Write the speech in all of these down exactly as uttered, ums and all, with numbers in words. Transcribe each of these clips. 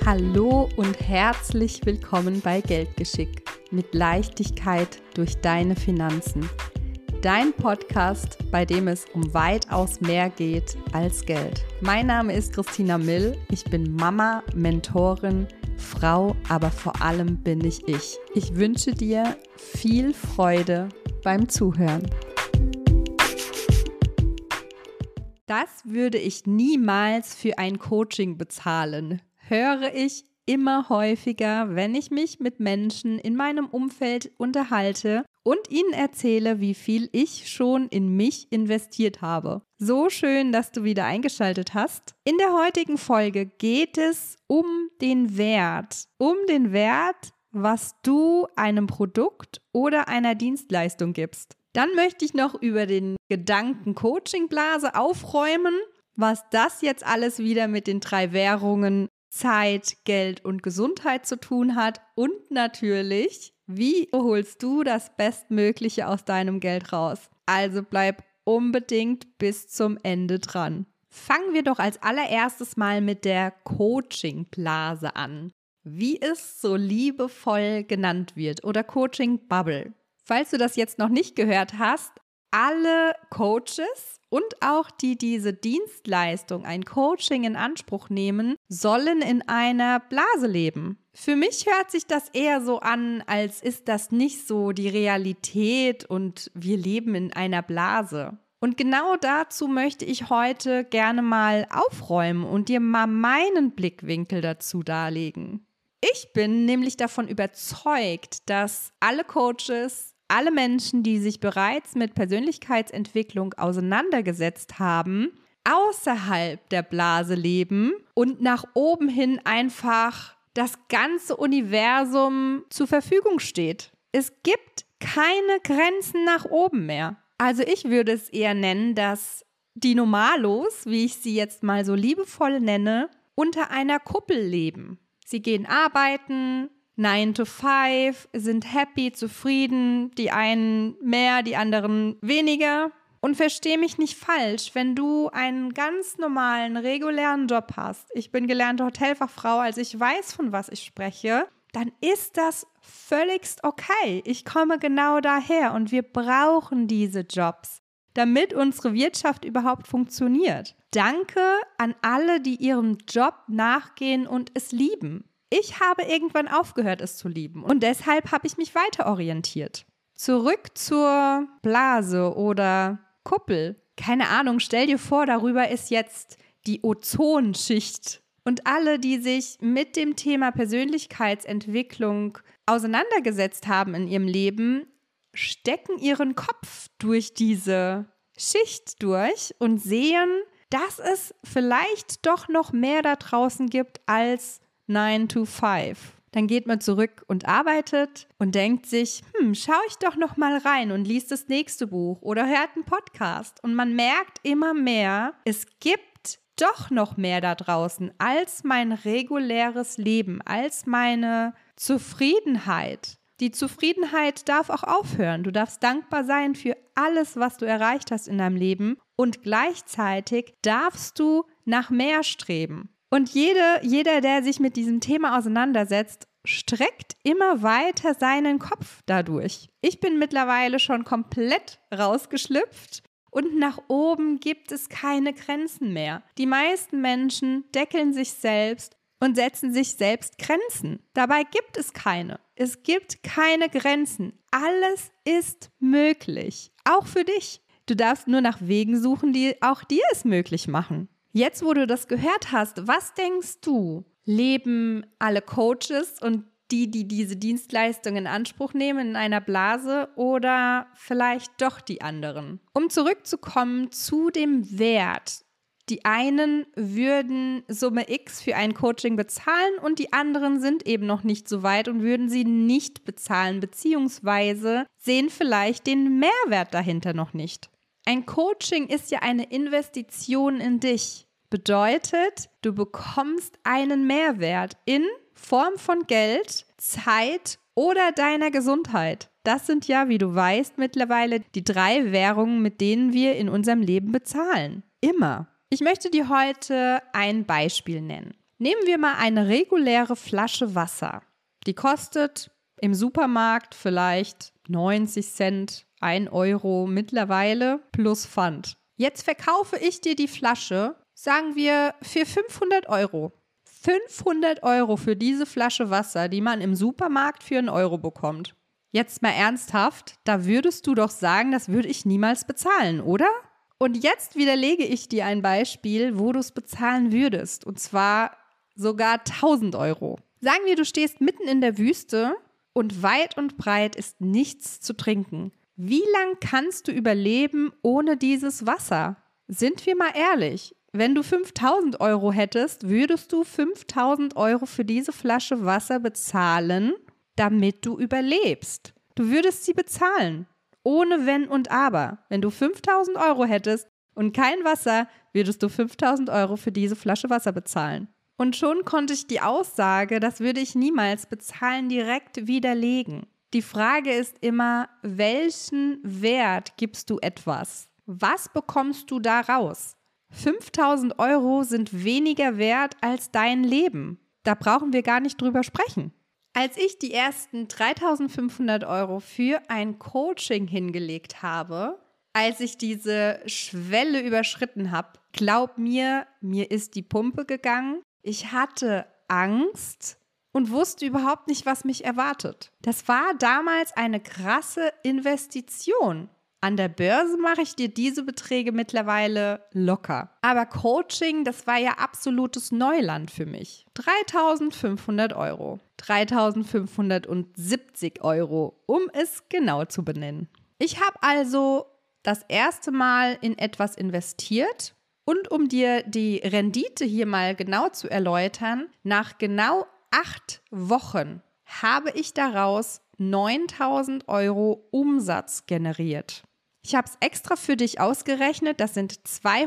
Hallo und herzlich willkommen bei Geldgeschick mit Leichtigkeit durch deine Finanzen. Dein Podcast, bei dem es um weitaus mehr geht als Geld. Mein Name ist Christina Mill, ich bin Mama, Mentorin, Frau, aber vor allem bin ich ich. Ich wünsche dir viel Freude beim Zuhören. Das würde ich niemals für ein Coaching bezahlen, höre ich immer häufiger, wenn ich mich mit Menschen in meinem Umfeld unterhalte und ihnen erzähle, wie viel ich schon in mich investiert habe. So schön, dass du wieder eingeschaltet hast. In der heutigen Folge geht es um den Wert, um den Wert, was du einem Produkt oder einer Dienstleistung gibst. Dann möchte ich noch über den Gedanken Coaching-Blase aufräumen, was das jetzt alles wieder mit den drei Währungen Zeit, Geld und Gesundheit zu tun hat und natürlich, wie holst du das Bestmögliche aus deinem Geld raus? Also bleib unbedingt bis zum Ende dran. Fangen wir doch als allererstes mal mit der Coaching-Blase an, wie es so liebevoll genannt wird, oder Coaching-Bubble. Falls du das jetzt noch nicht gehört hast, alle Coaches und auch die diese Dienstleistung, ein Coaching in Anspruch nehmen, sollen in einer Blase leben. Für mich hört sich das eher so an, als ist das nicht so die Realität und wir leben in einer Blase. Und genau dazu möchte ich heute gerne mal aufräumen und dir mal meinen Blickwinkel dazu darlegen. Ich bin nämlich davon überzeugt, dass alle Coaches, alle Menschen, die sich bereits mit Persönlichkeitsentwicklung auseinandergesetzt haben, außerhalb der Blase leben und nach oben hin einfach das ganze Universum zur Verfügung steht. Es gibt keine Grenzen nach oben mehr. Also ich würde es eher nennen, dass die Normalos, wie ich sie jetzt mal so liebevoll nenne, unter einer Kuppel leben. Sie gehen arbeiten, nine to five, sind happy, zufrieden, die einen mehr, die anderen weniger. Und versteh mich nicht falsch, wenn du einen ganz normalen, regulären Job hast, ich bin gelernte Hotelfachfrau, also ich weiß, von was ich spreche, dann ist das völligst okay. Ich komme genau daher und wir brauchen diese Jobs, damit unsere Wirtschaft überhaupt funktioniert. Danke an alle, die ihrem Job nachgehen und es lieben. Ich habe irgendwann aufgehört, es zu lieben und deshalb habe ich mich weiter orientiert. Zurück zur Blase oder Kuppel. Keine Ahnung, stell dir vor, darüber ist jetzt die Ozonschicht. Und alle, die sich mit dem Thema Persönlichkeitsentwicklung auseinandergesetzt haben in ihrem Leben, stecken ihren Kopf durch diese Schicht durch und sehen, dass es vielleicht doch noch mehr da draußen gibt als nine to five. Dann geht man zurück und arbeitet und denkt sich, hm, schau ich doch noch mal rein und liest das nächste Buch oder hört einen Podcast. Und man merkt immer mehr, es gibt doch noch mehr da draußen als mein reguläres Leben, als meine Zufriedenheit. Die Zufriedenheit darf auch aufhören. Du darfst dankbar sein für alles, was du erreicht hast in deinem Leben und gleichzeitig darfst du nach mehr streben. Und jede, jeder, der sich mit diesem Thema auseinandersetzt, streckt immer weiter seinen Kopf dadurch. Ich bin mittlerweile schon komplett rausgeschlüpft und nach oben gibt es keine Grenzen mehr. Die meisten Menschen deckeln sich selbst und setzen sich selbst Grenzen. Dabei gibt es keine. Es gibt keine Grenzen. Alles ist möglich. Auch für dich. Du darfst nur nach Wegen suchen, die auch dir es möglich machen. Jetzt, wo du das gehört hast, was denkst du? Leben alle Coaches und die, die diese Dienstleistung in Anspruch nehmen, in einer Blase oder vielleicht doch die anderen? Um zurückzukommen zu dem Wert. Die einen würden Summe X für ein Coaching bezahlen und die anderen sind eben noch nicht so weit und würden sie nicht bezahlen, beziehungsweise sehen vielleicht den Mehrwert dahinter noch nicht. Ein Coaching ist ja eine Investition in dich. Bedeutet, du bekommst einen Mehrwert in Form von Geld, Zeit oder deiner Gesundheit. Das sind ja, wie du weißt, mittlerweile die drei Währungen, mit denen wir in unserem Leben bezahlen. Immer. Ich möchte dir heute ein Beispiel nennen. Nehmen wir mal eine reguläre Flasche Wasser. Die kostet im Supermarkt vielleicht neunzig Cent, ein Euro mittlerweile plus Pfand. Jetzt verkaufe ich dir die Flasche, sagen wir, für fünfhundert Euro. fünfhundert Euro für diese Flasche Wasser, die man im Supermarkt für einen Euro bekommt. Jetzt mal ernsthaft, da würdest du doch sagen, das würde ich niemals bezahlen, oder? Und jetzt widerlege ich dir ein Beispiel, wo du es bezahlen würdest. Und zwar sogar tausend Euro. Sagen wir, du stehst mitten in der Wüste und weit und breit ist nichts zu trinken. Wie lang kannst du überleben ohne dieses Wasser? Sind wir mal ehrlich, wenn du fünftausend Euro hättest, würdest du fünftausend Euro für diese Flasche Wasser bezahlen, damit du überlebst. Du würdest sie bezahlen, ohne Wenn und Aber. Wenn du fünftausend Euro hättest und kein Wasser, würdest du fünftausend Euro für diese Flasche Wasser bezahlen. Und schon konnte ich die Aussage, das würde ich niemals bezahlen, direkt widerlegen. Die Frage ist immer, welchen Wert gibst du etwas? Was bekommst du da raus? fünftausend Euro sind weniger wert als dein Leben. Da brauchen wir gar nicht drüber sprechen. Als ich die ersten dreitausendfünfhundert Euro für ein Coaching hingelegt habe, als ich diese Schwelle überschritten habe, glaub mir, mir ist die Pumpe gegangen. Ich hatte Angst und wusste überhaupt nicht, was mich erwartet. Das war damals eine krasse Investition. An der Börse mache ich dir diese Beträge mittlerweile locker. Aber Coaching, das war ja absolutes Neuland für mich. dreitausendfünfhundert Euro. dreitausendfünfhundertsiebzig Euro, um es genau zu benennen. Ich habe also das erste Mal in etwas investiert. Und um dir die Rendite hier mal genau zu erläutern, nach genau acht Wochen habe ich daraus neuntausend Euro Umsatz generiert. Ich habe es extra für dich ausgerechnet, das sind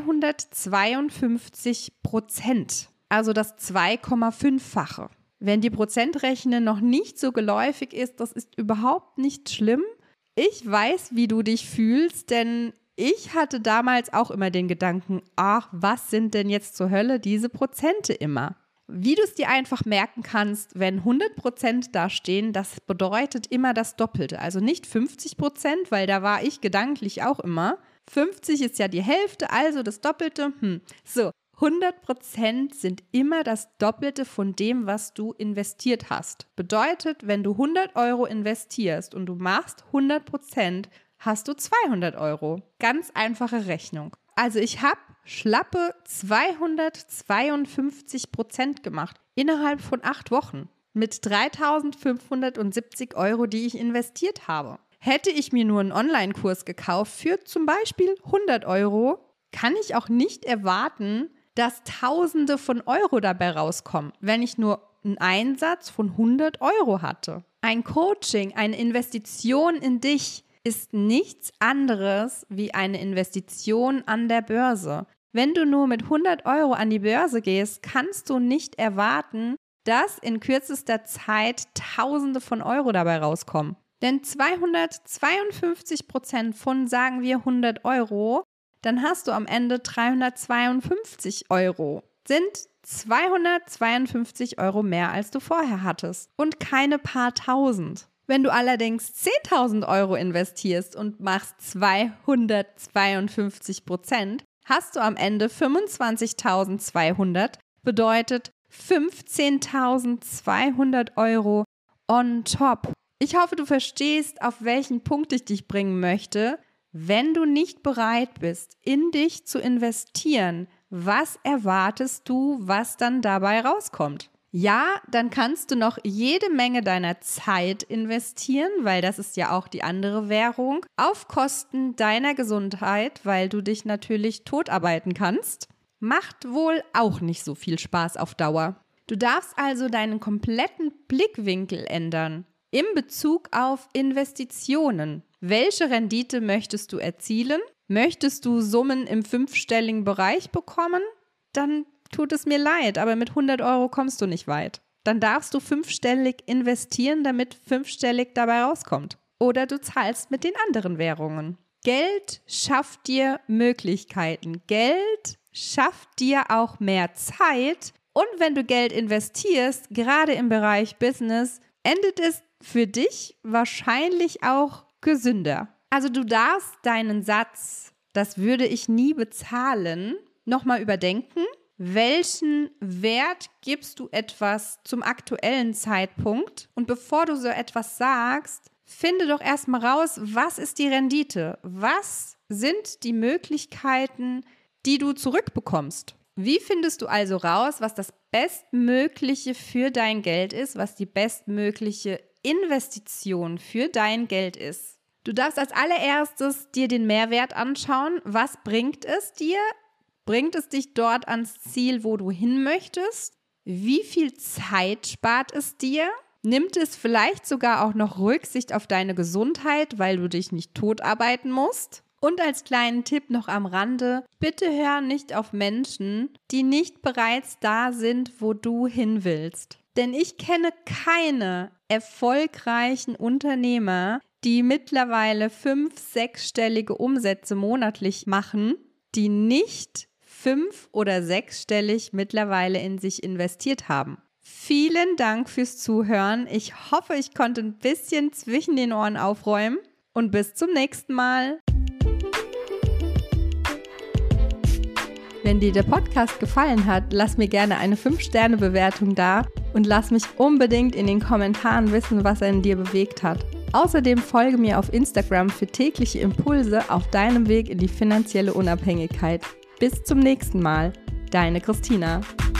zweihundertzweiundfünfzig Prozent, also das zwei Komma fünf-fache. Wenn die Prozentrechnen noch nicht so geläufig ist, das ist überhaupt nicht schlimm. Ich weiß, wie du dich fühlst, denn ich hatte damals auch immer den Gedanken, ach, was sind denn jetzt zur Hölle diese Prozente immer? Wie du es dir einfach merken kannst, wenn hundert Prozent da stehen, das bedeutet immer das Doppelte. Also nicht fünfzig Prozent, weil da war ich gedanklich auch immer. fünfzig ist ja die Hälfte, also das Doppelte. Hm. So, hundert Prozent sind immer das Doppelte von dem, was du investiert hast. Bedeutet, wenn du hundert Euro investierst und du machst hundert Prozent, hast du zweihundert Euro. Ganz einfache Rechnung. Also ich habe schlappe zweihundertzweiundfünfzig Prozent gemacht innerhalb von acht Wochen mit dreitausendfünfhundertsiebzig Euro, die ich investiert habe. Hätte ich mir nur einen Online-Kurs gekauft für zum Beispiel hundert Euro, kann ich auch nicht erwarten, dass Tausende von Euro dabei rauskommen, wenn ich nur einen Einsatz von hundert Euro hatte. Ein Coaching, eine Investition in dich ist nichts anderes wie eine Investition an der Börse. Wenn du nur mit hundert Euro an die Börse gehst, kannst du nicht erwarten, dass in kürzester Zeit Tausende von Euro dabei rauskommen. Denn zweihundertzweiundfünfzig Prozent von, sagen wir, hundert Euro, dann hast du am Ende dreihundertzweiundfünfzig Euro. Sind zweihundertzweiundfünfzig Euro mehr, als du vorher hattest. Und keine paar Tausend. Wenn du allerdings zehntausend Euro investierst und machst zweihundertzweiundfünfzig Prozent, hast du am Ende fünfundzwanzigtausendzweihundert, bedeutet fünfzehntausendzweihundert Euro on top. Ich hoffe, du verstehst, auf welchen Punkt ich dich bringen möchte. Wenn du nicht bereit bist, in dich zu investieren, was erwartest du, was dann dabei rauskommt? Ja, dann kannst du noch jede Menge deiner Zeit investieren, weil das ist ja auch die andere Währung, auf Kosten deiner Gesundheit, weil du dich natürlich totarbeiten kannst. Macht wohl auch nicht so viel Spaß auf Dauer. Du darfst also deinen kompletten Blickwinkel ändern in Bezug auf Investitionen. Welche Rendite möchtest du erzielen? Möchtest du Summen im fünfstelligen Bereich bekommen? Dann tut es mir leid, aber mit hundert Euro kommst du nicht weit. Dann darfst du fünfstellig investieren, damit fünfstellig dabei rauskommt. Oder du zahlst mit den anderen Währungen. Geld schafft dir Möglichkeiten. Geld schafft dir auch mehr Zeit, Und wenn du Geld investierst, gerade im Bereich Business, endet es für dich wahrscheinlich auch gesünder. Also du darfst deinen Satz, das würde ich nie bezahlen, nochmal überdenken. Welchen Wert gibst du etwas zum aktuellen Zeitpunkt? Und bevor du so etwas sagst, finde doch erstmal raus, was ist die Rendite? Was sind die Möglichkeiten, die du zurückbekommst? Wie findest du also raus, was das Bestmögliche für dein Geld ist, was die bestmögliche Investition für dein Geld ist? Du darfst als allererstes dir den Mehrwert anschauen. Was bringt es dir? Bringt es dich dort ans Ziel, wo du hin möchtest? Wie viel Zeit spart es dir? Nimmt es vielleicht sogar auch noch Rücksicht auf deine Gesundheit, weil du dich nicht totarbeiten musst? Und als kleinen Tipp noch am Rande, bitte hör nicht auf Menschen, die nicht bereits da sind, wo du hin willst. Denn ich kenne keine erfolgreichen Unternehmer, die mittlerweile fünf-, sechsstellige Umsätze monatlich machen, die nicht fünf- oder sechsstellig mittlerweile in sich investiert haben. Vielen Dank fürs Zuhören. Ich hoffe, ich konnte ein bisschen zwischen den Ohren aufräumen und bis zum nächsten Mal. Wenn dir der Podcast gefallen hat, lass mir gerne eine fünf Sterne Bewertung da und lass mich unbedingt in den Kommentaren wissen, was er in dir bewegt hat. Außerdem folge mir auf Instagram für tägliche Impulse auf deinem Weg in die finanzielle Unabhängigkeit. Bis zum nächsten Mal, deine Christina.